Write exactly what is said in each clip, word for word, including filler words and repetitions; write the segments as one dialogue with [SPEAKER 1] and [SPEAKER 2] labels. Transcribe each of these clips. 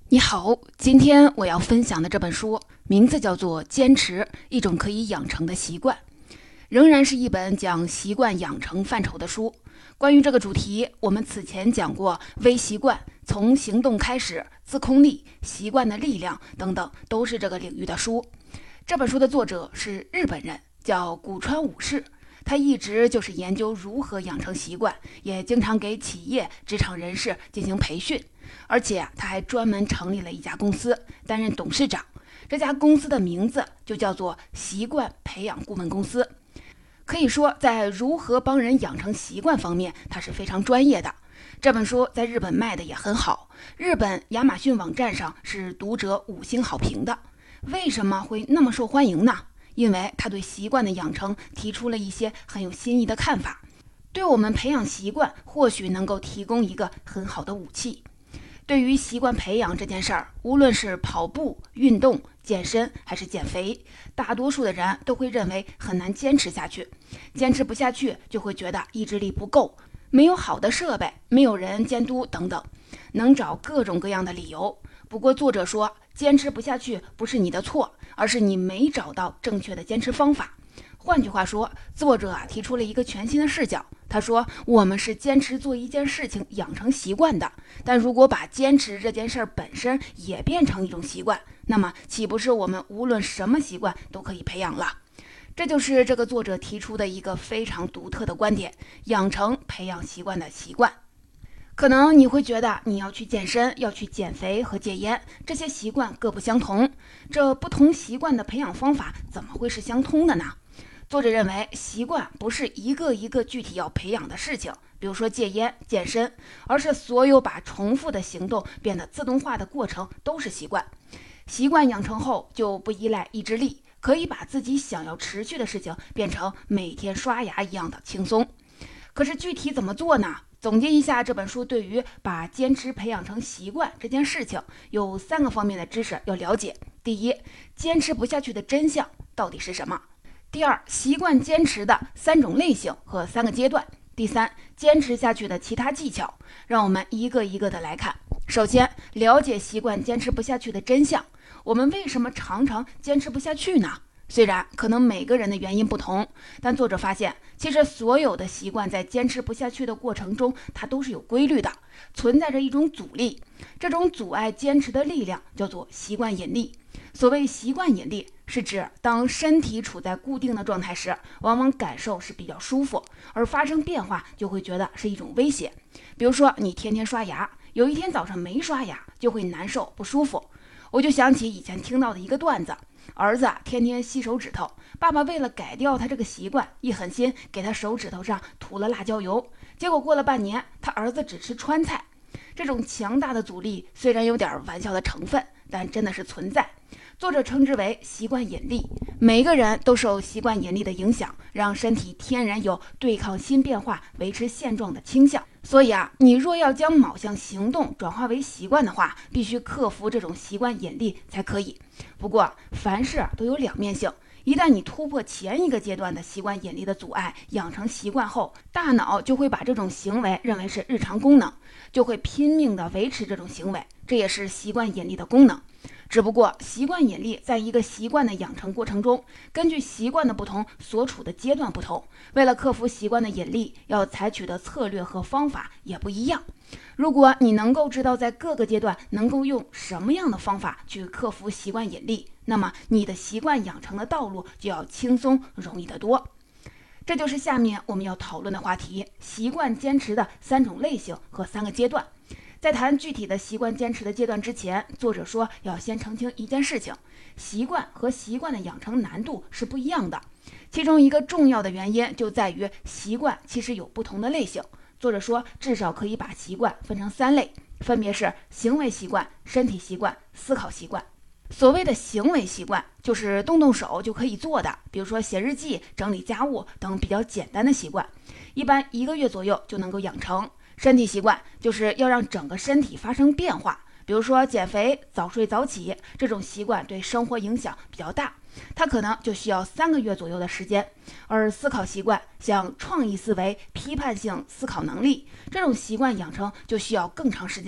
[SPEAKER 1] 你好，今天我要分享的这本书名字叫做《坚持：一种可以养成的习惯》，仍然是一本讲习惯养成范畴的书。关于这个主题，我们此前讲过微习惯、从行动开始、自控力、习惯的力量等等，都是这个领域的书。这本书的作者是日本人，叫古川武士。他一直就是研究如何养成习惯，也经常给企业、职场人士进行培训。而且他还专门成立了一家公司，担任董事长。这家公司的名字就叫做习惯培养顾问公司。可以说，在如何帮人养成习惯方面，他是非常专业的。这本书在日本卖的也很好，日本亚马逊网站上是读者五星好评的。为什么会那么受欢迎呢？因为他对习惯的养成提出了一些很有新意的看法，对我们培养习惯或许能够提供一个很好的武器。对于习惯培养这件事儿，无论是跑步、运动、健身还是减肥，大多数的人都会认为很难坚持下去。坚持不下去，就会觉得意志力不够，没有好的设备，没有人监督等等，能找各种各样的理由。不过作者说，坚持不下去不是你的错，而是你没找到正确的坚持方法。换句话说，作者啊提出了一个全新的视角。他说，我们是坚持做一件事情养成习惯的，但如果把坚持这件事儿本身也变成一种习惯，那么岂不是我们无论什么习惯都可以培养了？这就是这个作者提出的一个非常独特的观点，养成培养习惯的习惯。可能你会觉得你要去健身、要去减肥和戒烟，这些习惯各不相同，这不同习惯的培养方法怎么会是相通的呢？作者认为，习惯不是一个一个具体要培养的事情，比如说戒烟、健身，而是所有把重复的行动变得自动化的过程都是习惯。习惯养成后就不依赖意志力，可以把自己想要持续的事情变成每天刷牙一样的轻松。可是具体怎么做呢？总结一下这本书对于把坚持培养成习惯这件事情有三个方面的知识要了解。第一，坚持不下去的真相到底是什么？第二，习惯坚持的三种类型和三个阶段。第三，坚持下去的其他技巧。让我们一个一个的来看。首先，了解习惯坚持不下去的真相。我们为什么常常坚持不下去呢？虽然可能每个人的原因不同，但作者发现，其实所有的习惯在坚持不下去的过程中，它都是有规律的，存在着一种阻力。这种阻碍坚持的力量叫做习惯引力。所谓习惯引力，是指当身体处在固定的状态时，往往感受是比较舒服，而发生变化就会觉得是一种威胁。比如说，你天天刷牙，有一天早上没刷牙，就会难受不舒服。我就想起以前听到的一个段子，儿子天天吸手指头，爸爸为了改掉他这个习惯，一狠心给他手指头上涂了辣椒油，结果过了半年，他儿子只吃川菜。这种强大的阻力虽然有点玩笑的成分，但真的是存在。作者称之为习惯引力，每个人都受习惯引力的影响，让身体天然有对抗新变化、维持现状的倾向。所以啊，你若要将某项行动转化为习惯的话，必须克服这种习惯引力才可以。不过，凡事都有两面性。一旦你突破前一个阶段的习惯引力的阻碍，养成习惯后，大脑就会把这种行为认为是日常功能，就会拼命的维持这种行为，这也是习惯引力的功能。只不过习惯引力在一个习惯的养成过程中，根据习惯的不同，所处的阶段不同，为了克服习惯的引力，要采取的策略和方法也不一样。如果你能够知道在各个阶段能够用什么样的方法去克服习惯引力，那么你的习惯养成的道路就要轻松容易得多。这就是下面我们要讨论的话题：习惯坚持的三种类型和三个阶段。在谈具体的习惯坚持的阶段之前，作者说要先澄清一件事情：习惯和习惯的养成难度是不一样的。其中一个重要的原因就在于习惯其实有不同的类型。作者说，至少可以把习惯分成三类，分别是行为习惯、身体习惯、思考习惯。所谓的行为习惯，就是动动手就可以做的，比如说写日记、整理家务等比较简单的习惯，一般一个月左右就能够养成。身体习惯就是要让整个身体发生变化，比如说减肥、早睡早起，这种习惯对生活影响比较大，它可能就需要三个月左右的时间。而思考习惯，像创意思维、批判性思考能力，这种习惯养成就需要更长时间了，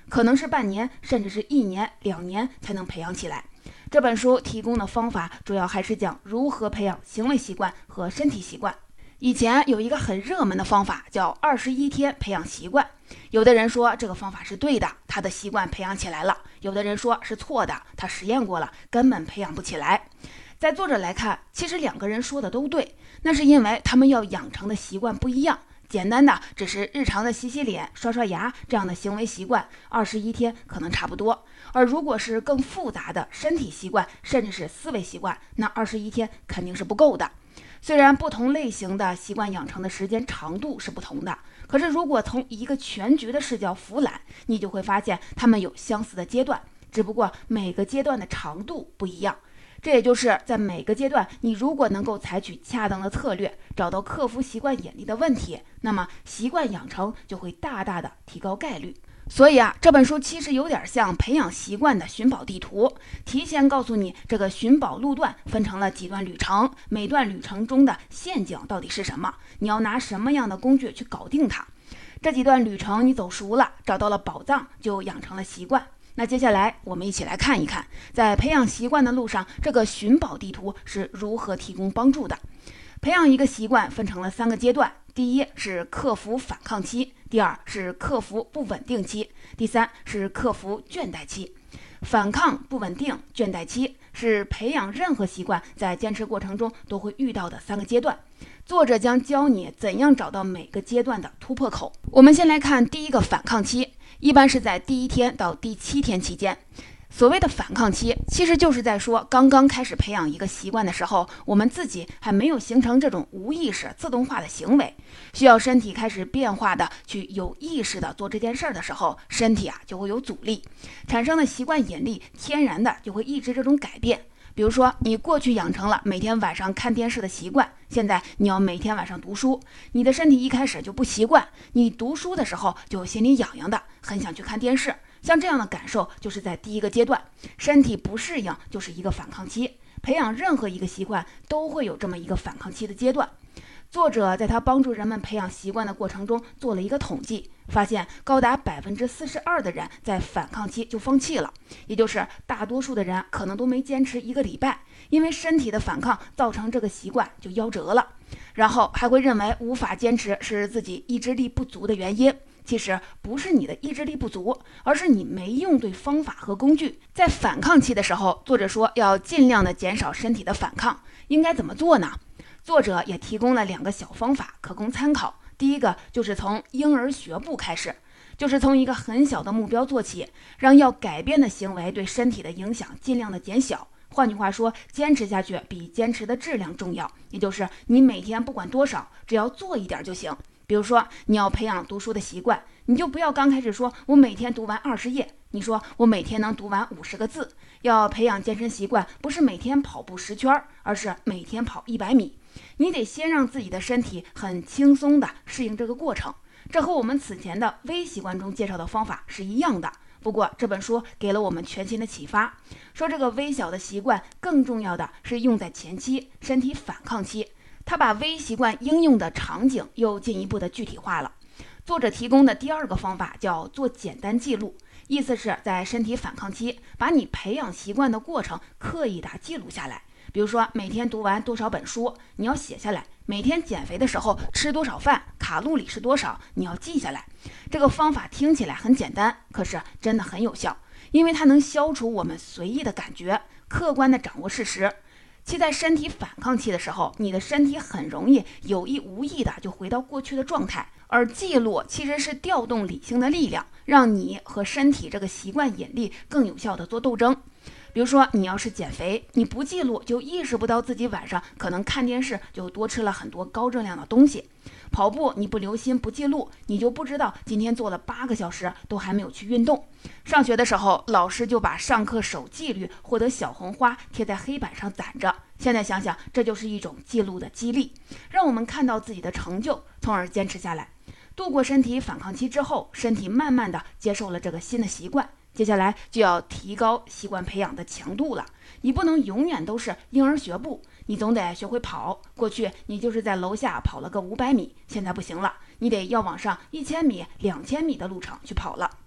[SPEAKER 1] 可能是半年，甚至是一年、两年才能培养起来。这本书提供的方法主要还是讲如何培养行为习惯和身体习惯。以前有一个很热门的方法叫二十一天培养习惯，有的人说这个方法是对的，他的习惯培养起来了，有的人说是错的，他实验过了，根本培养不起来。在作者来看，其实两个人说的都对，那是因为他们要养成的习惯不一样。简单的只是日常的洗洗脸、刷刷牙这样的行为习惯，二十一天可能差不多。而如果是更复杂的身体习惯，甚至是思维习惯，那二十一天肯定是不够的。虽然不同类型的习惯养成的时间长度是不同的，可是如果从一个全局的视角俯览，你就会发现它们有相似的阶段，只不过每个阶段的长度不一样。这也就是在每个阶段，你如果能够采取恰当的策略，找到克服习惯引力的问题，那么习惯养成就会大大的提高概率。所以啊，这本书其实有点像培养习惯的寻宝地图，提前告诉你这个寻宝路段分成了几段旅程，每段旅程中的陷阱到底是什么，你要拿什么样的工具去搞定它。这几段旅程你走熟了，找到了宝藏，就养成了习惯。那接下来我们一起来看一看，在培养习惯的路上，这个寻宝地图是如何提供帮助的。培养一个习惯分成了三个阶段，第一是克服反抗期，第二是克服不稳定期，第三是克服倦怠期。反抗、不稳定、倦怠期是培养任何习惯在坚持过程中都会遇到的三个阶段。作者将教你怎样找到每个阶段的突破口。我们先来看第一个反抗期，一般是在第一天到第七天期间。所谓的反抗期，其实就是在说刚刚开始培养一个习惯的时候，我们自己还没有形成这种无意识自动化的行为，需要身体开始变化的去有意识的做这件事儿的时候，身体啊就会有阻力，产生的习惯引力天然的就会抑制这种改变。比如说，你过去养成了每天晚上看电视的习惯，现在你要每天晚上读书，你的身体一开始就不习惯，你读书的时候就心里痒痒的，很想去看电视。像这样的感受就是在第一个阶段，身体不适应就是一个反抗期。培养任何一个习惯都会有这么一个反抗期的阶段。作者在他帮助人们培养习惯的过程中做了一个统计，发现高达百分之四十二的人在反抗期就放弃了，也就是大多数的人可能都没坚持一个礼拜，因为身体的反抗造成这个习惯就夭折了，然后还会认为无法坚持是自己意志力不足的原因。其实不是你的意志力不足，而是你没用对方法和工具。在反抗期的时候，作者说要尽量的减少身体的反抗，应该怎么做呢？作者也提供了两个小方法可供参考。第一个就是从婴儿学步开始，就是从一个很小的目标做起，让要改变的行为对身体的影响尽量的减小。换句话说，坚持下去比坚持的质量重要，也就是你每天不管多少，只要做一点就行。比如说你要培养读书的习惯，你就不要刚开始说我每天读完二十页，你说我每天能读完五十个字。要培养健身习惯，不是每天跑步十圈，而是每天跑一百米。你得先让自己的身体很轻松的适应这个过程，这和我们此前的微习惯中介绍的方法是一样的。不过这本书给了我们全新的启发，说这个微小的习惯更重要的是用在前期，身体反抗期。他把微习惯应用的场景又进一步的具体化了。作者提供的第二个方法叫做简单记录，意思是在身体反抗期，把你培养习惯的过程刻意的记录下来。比如说每天读完多少本书，你要写下来；每天减肥的时候吃多少饭，卡路里是多少，你要记下来。这个方法听起来很简单，可是真的很有效，因为它能消除我们随意的感觉，客观的掌握事实。其在身体反抗期的时候，你的身体很容易有意无意的就回到过去的状态，而记录其实是调动理性的力量，让你和身体这个习惯引力更有效的做斗争。比如说你要是减肥，你不记录就意识不到自己晚上可能看电视就多吃了很多高热量的东西。跑步你不留心不记录，你就不知道今天做了八个小时都还没有去运动。上学的时候，老师就把上课守纪律获得小红花贴在黑板上攒着，现在想想这就是一种记录的激励，让我们看到自己的成就，从而坚持下来。度过身体反抗期之后，身体慢慢的接受了这个新的习惯，接下来就要提高习惯培养的强度了。你不能永远都是婴儿学步，你总得学会跑。过去你就是在楼下跑了个五百米，现在不行了，你得要往上一千米、两千米的路程去跑了。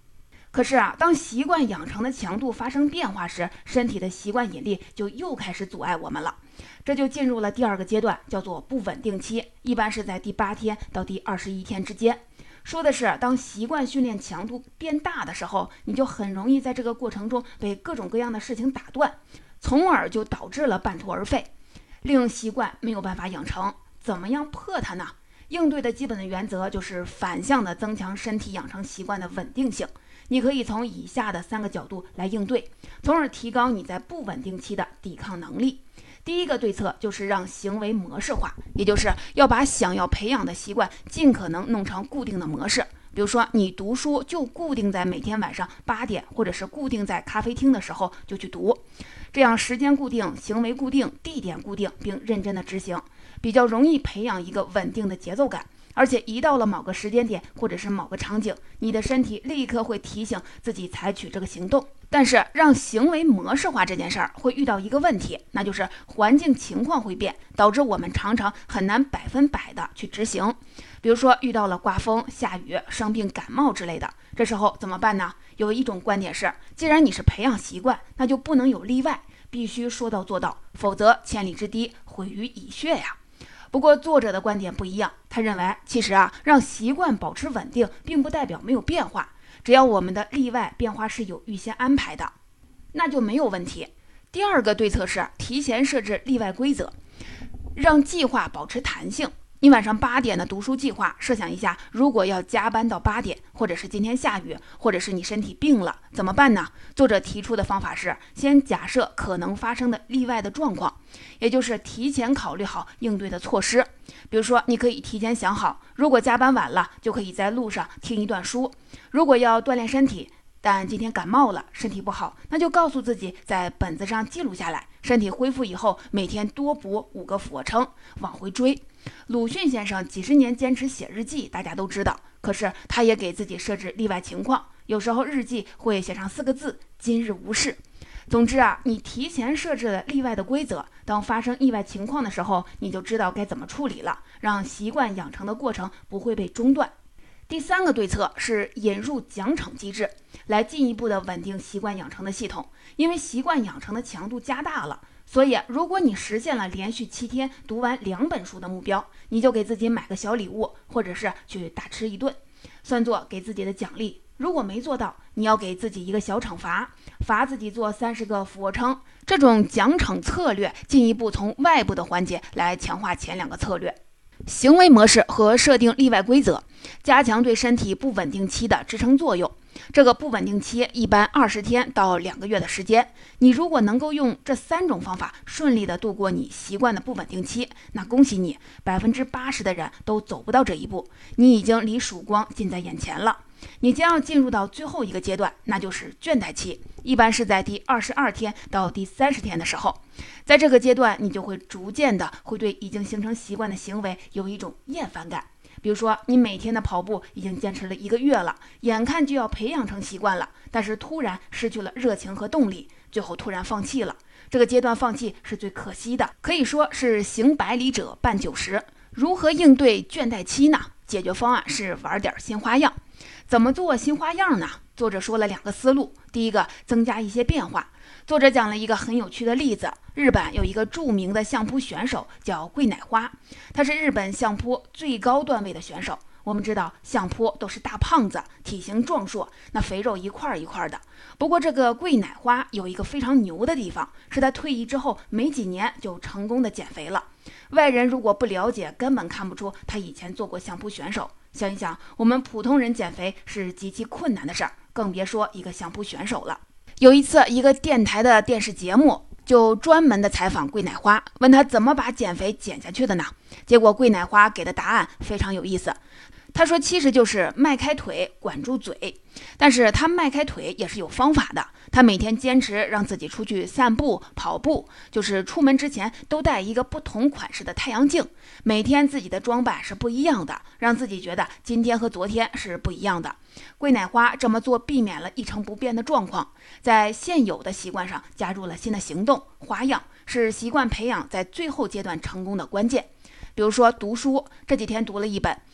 [SPEAKER 1] 可是啊，当习惯养成的强度发生变化时，身体的习惯引力就又开始阻碍我们了。这就进入了第二个阶段，叫做不稳定期，一般是在第八天到第二十一天之间。说的是，当习惯训练强度变大的时候，你就很容易在这个过程中被各种各样的事情打断，从而就导致了半途而废，令习惯没有办法养成。怎么样破它呢？应对的基本的原则就是反向的增强身体养成习惯的稳定性。你可以从以下的三个角度来应对，从而提高你在不稳定期的抵抗能力。第一个对策就是让行为模式化，也就是要把想要培养的习惯尽可能弄成固定的模式。比如说，你读书就固定在每天晚上八点，或者是固定在咖啡厅的时候就去读，这样时间固定、行为固定、地点固定，并认真的执行，比较容易培养一个稳定的节奏感。而且一到了某个时间点或者是某个场景，你的身体立刻会提醒自己采取这个行动。但是让行为模式化这件事儿会遇到一个问题，那就是环境情况会变，导致我们常常很难百分百的去执行。比如说遇到了刮风、下雨、生病、感冒之类的，这时候怎么办呢？有一种观点是，既然你是培养习惯，那就不能有例外，必须说到做到，否则千里之堤毁于蚁穴呀。不过作者的观点不一样，他认为其实啊，让习惯保持稳定并不代表没有变化，只要我们的例外变化是有预先安排的，那就没有问题。第二个对策是提前设置例外规则，让计划保持弹性。你晚上八点的读书计划，设想一下，如果要加班到八点，或者是今天下雨，或者是你身体病了，怎么办呢？作者提出的方法是，先假设可能发生的例外的状况，也就是提前考虑好应对的措施。比如说，你可以提前想好，如果加班晚了，就可以在路上听一段书；如果要锻炼身体，但今天感冒了，身体不好，那就告诉自己在本子上记录下来，身体恢复以后每天多补五个俯卧撑，往回追。鲁迅先生几十年坚持写日记，大家都知道，可是他也给自己设置例外情况，有时候日记会写上四个字：今日无事。总之啊，你提前设置了例外的规则，当发生意外情况的时候，你就知道该怎么处理了，让习惯养成的过程不会被中断。第三个对策是引入奖惩机制，来进一步的稳定习惯养成的系统。因为习惯养成的强度加大了，所以如果你实现了连续七天读完两本书的目标，你就给自己买个小礼物，或者是去大吃一顿，算作给自己的奖励。如果没做到，你要给自己一个小惩罚，罚自己做三十个俯卧撑。这种奖惩策略进一步从外部的环节来强化前两个策略。行为模式和设定例外规则，加强对身体不稳定期的支撑作用。这个不稳定期一般二十天到两个月的时间，你如果能够用这三种方法顺利的度过你习惯的不稳定期，那恭喜你，百分之八十的人都走不到这一步，你已经离曙光近在眼前了。你将要进入到最后一个阶段，那就是倦怠期，一般是在第二十二天到第三十天的时候。在这个阶段，你就会逐渐的会对已经形成习惯的行为有一种厌烦感。比如说，你每天的跑步已经坚持了一个月了，眼看就要培养成习惯了，但是突然失去了热情和动力，最后突然放弃了。这个阶段放弃是最可惜的，可以说是行百里者半九十。如何应对倦怠期呢？解决方案是玩点新花样。怎么做新花样呢？作者说了两个思路。第一个，增加一些变化。作者讲了一个很有趣的例子，日本有一个著名的相扑选手叫桂乃花，他是日本相扑最高段位的选手。我们知道相扑都是大胖子，体型壮硕，那肥肉一块一块的。不过这个桂乃花有一个非常牛的地方，是他退役之后没几年就成功的减肥了。外人如果不了解，根本看不出他以前做过相扑选手。想一想，我们普通人减肥是极其困难的事儿，更别说一个相扑选手了。有一次，一个电台的电视节目就专门的采访桂乃花，问他怎么把减肥减下去的呢？结果桂乃花给的答案非常有意思。他说其实就是迈开腿管住嘴，但是他迈开腿也是有方法的。他每天坚持让自己出去散步跑步，就是出门之前都带一个不同款式的太阳镜，每天自己的装扮是不一样的，让自己觉得今天和昨天是不一样的。桂乃花这么做避免了一成不变的状况，在现有的习惯上加入了新的行动花样，是习惯培养在最后阶段成功的关键。比如说读书，这几天读了一本，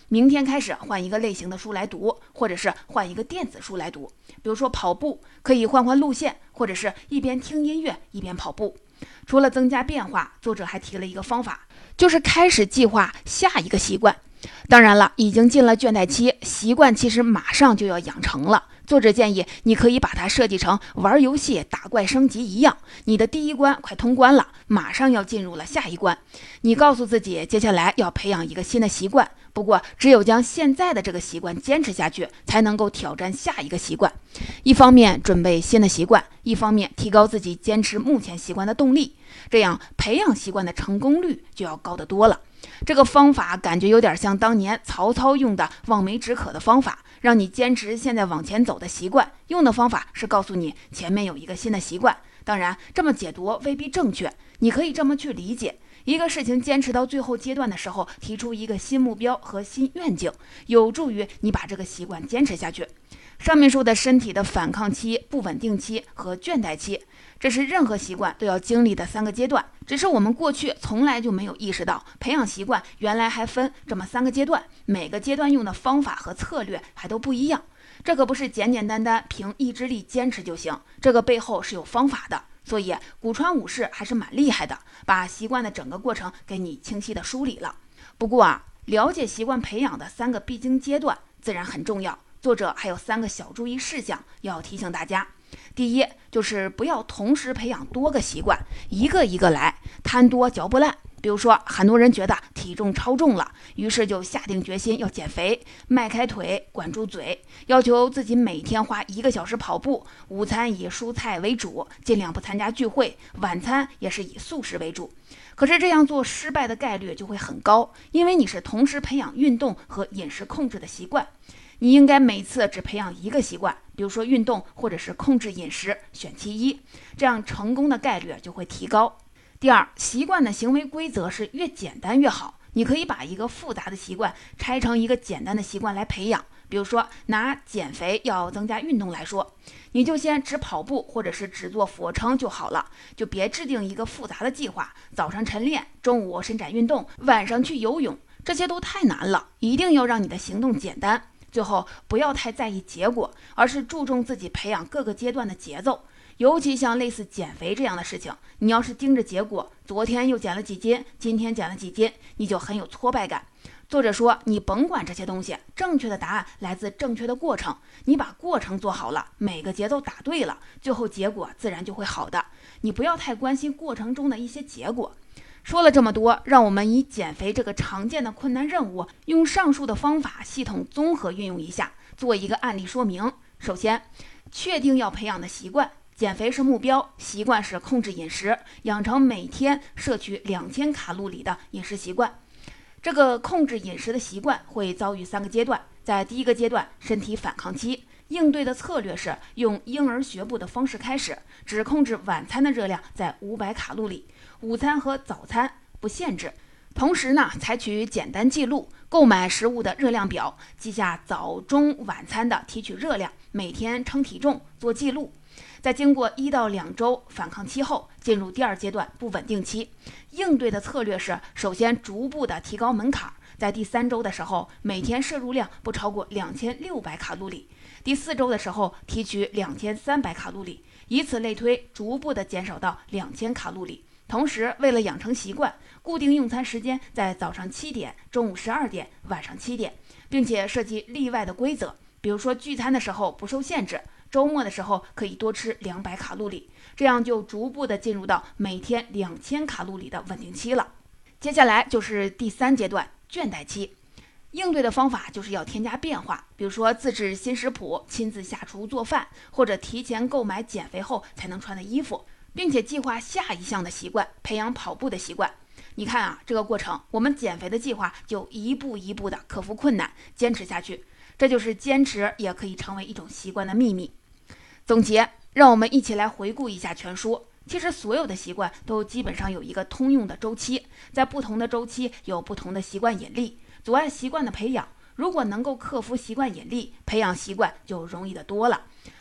[SPEAKER 1] 明天开始换一个类型的书来读，或者是换一个电子书来读。比如说跑步，可以换换路线，或者是一边听音乐一边跑步。除了增加变化，作者还提了一个方法，就是开始计划下一个习惯。当然了，已经进了倦怠期，习惯其实马上就要养成了。作者建议你可以把它设计成玩游戏打怪升级一样，你的第一关快通关了，马上要进入了下一关。你告诉自己，接下来要培养一个新的习惯，不过只有将现在的这个习惯坚持下去，才能够挑战下一个习惯。一方面准备新的习惯，一方面提高自己坚持目前习惯的动力，这样培养习惯的成功率就要高得多了。这个方法感觉有点像当年曹操用的望梅止渴的方法，让你坚持现在往前走的习惯。用的方法是告诉你前面有一个新的习惯，当然这么解读未必正确，你可以这么去理解：一个事情坚持到最后阶段的时候，提出一个新目标和新愿景，有助于你把这个习惯坚持下去。上面说的身体的反抗期、不稳定期和倦怠期，这是任何习惯都要经历的三个阶段，只是我们过去从来就没有意识到，培养习惯原来还分这么三个阶段，每个阶段用的方法和策略还都不一样。这可不是简简单单凭意志力坚持就行，这个背后是有方法的。所以古川武士还是蛮厉害的，把习惯的整个过程给你清晰的梳理了。不过啊，了解习惯培养的三个必经阶段自然很重要，作者还有三个小注意事项要提醒大家。第一，就是不要同时培养多个习惯，一个一个来，贪多嚼不烂。比如说，很多人觉得体重超重了，于是就下定决心要减肥，迈开腿，管住嘴，要求自己每天花一个小时跑步，午餐以蔬菜为主，尽量不参加聚会，晚餐也是以素食为主。可是这样做失败的概率就会很高，因为你是同时培养运动和饮食控制的习惯。你应该每次只培养一个习惯，比如说运动或者是控制饮食，选其一，这样成功的概率就会提高。第二，习惯的行为规则是越简单越好，你可以把一个复杂的习惯拆成一个简单的习惯来培养。比如说拿减肥要增加运动来说，你就先只跑步或者是只做俯卧撑就好了，就别制定一个复杂的计划，早上晨练，中午伸展运动，晚上去游泳，这些都太难了，一定要让你的行动简单。最后不要太在意结果，而是注重自己培养各个阶段的节奏。尤其像类似减肥这样的事情，你要是盯着结果，昨天又减了几斤，今天减了几斤，你就很有挫败感。作者说，你甭管这些东西，正确的答案来自正确的过程，你把过程做好了，每个节奏打对了，最后结果自然就会好的。你不要太关心过程中的一些结果。说了这么多，让我们以减肥这个常见的困难任务，用上述的方法系统综合运用一下，做一个案例说明。首先，确定要培养的习惯，减肥是目标，习惯是控制饮食，养成每天摄取两千卡路里的饮食习惯。这个控制饮食的习惯会遭遇三个阶段，在第一个阶段，身体反抗期，应对的策略是用婴儿学步的方式开始，只控制晚餐的热量在五百卡路里，午餐和早餐不限制。同时呢，采取简单记录，购买食物的热量表，记下早中晚餐的提取热量，每天称体重，做记录。在经过一到两周反抗期后，进入第二阶段不稳定期，应对的策略是首先逐步的提高门槛，在第三周的时候，每天摄入量不超过两千六百卡路里，第四周的时候提取两千三百卡路里，以此类推，逐步的减少到两千卡路里。同时，为了养成习惯，固定用餐时间在早上七点、中午十二点、晚上七点，并且设计例外的规则，比如说聚餐的时候不受限制，周末的时候可以多吃两百卡路里，这样就逐步的进入到每天两千卡路里的稳定期了。接下来就是第三阶段，倦怠期。应对的方法就是要添加变化，比如说自制新食谱，亲自下厨做饭，或者提前购买减肥后才能穿的衣服，并且计划下一项的习惯，培养跑步的习惯。你看啊，这个过程，我们减肥的计划就一步一步的克服困难，坚持下去。这就是坚持也可以成为一种习惯的秘密。总结，让我们一起来回顾一下全书。其实所有的习惯都基本上有一个通用的周期，在不同的周期有不同的习惯引力，阻碍习惯的培养。如果能够克服习惯引力，培养习惯就容易得多了。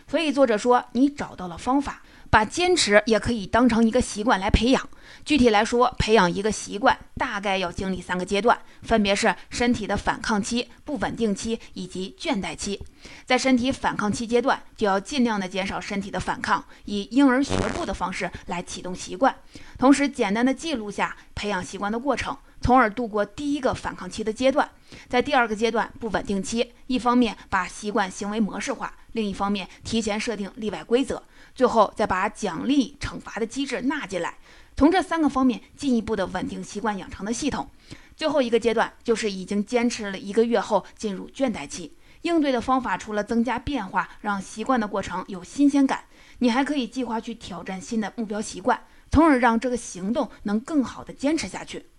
[SPEAKER 1] 所以作者说，你找到了方法，把坚持也可以当成一个习惯来培养。具体来说，培养一个习惯大概要经历三个阶段，分别是身体的反抗期、不稳定期以及倦怠期。在身体反抗期阶段，就要尽量的减少身体的反抗，以婴儿学步的方式来启动习惯，同时简单的记录下培养习惯的过程，从而度过第一个反抗期的阶段。在第二个阶段，不稳定期，一方面把习惯行为模式化，另一方面提前设定例外规则，最后再把奖励惩罚的机制纳进来，从这三个方面进一步的稳定习惯养成的系统。最后一个阶段就是已经坚持了一个月后进入倦怠期，应对的方法除了增加变化，让习惯的过程有新鲜感，你还可以计划去挑战新的目标习惯，从而让这个行动能更好的坚持下去。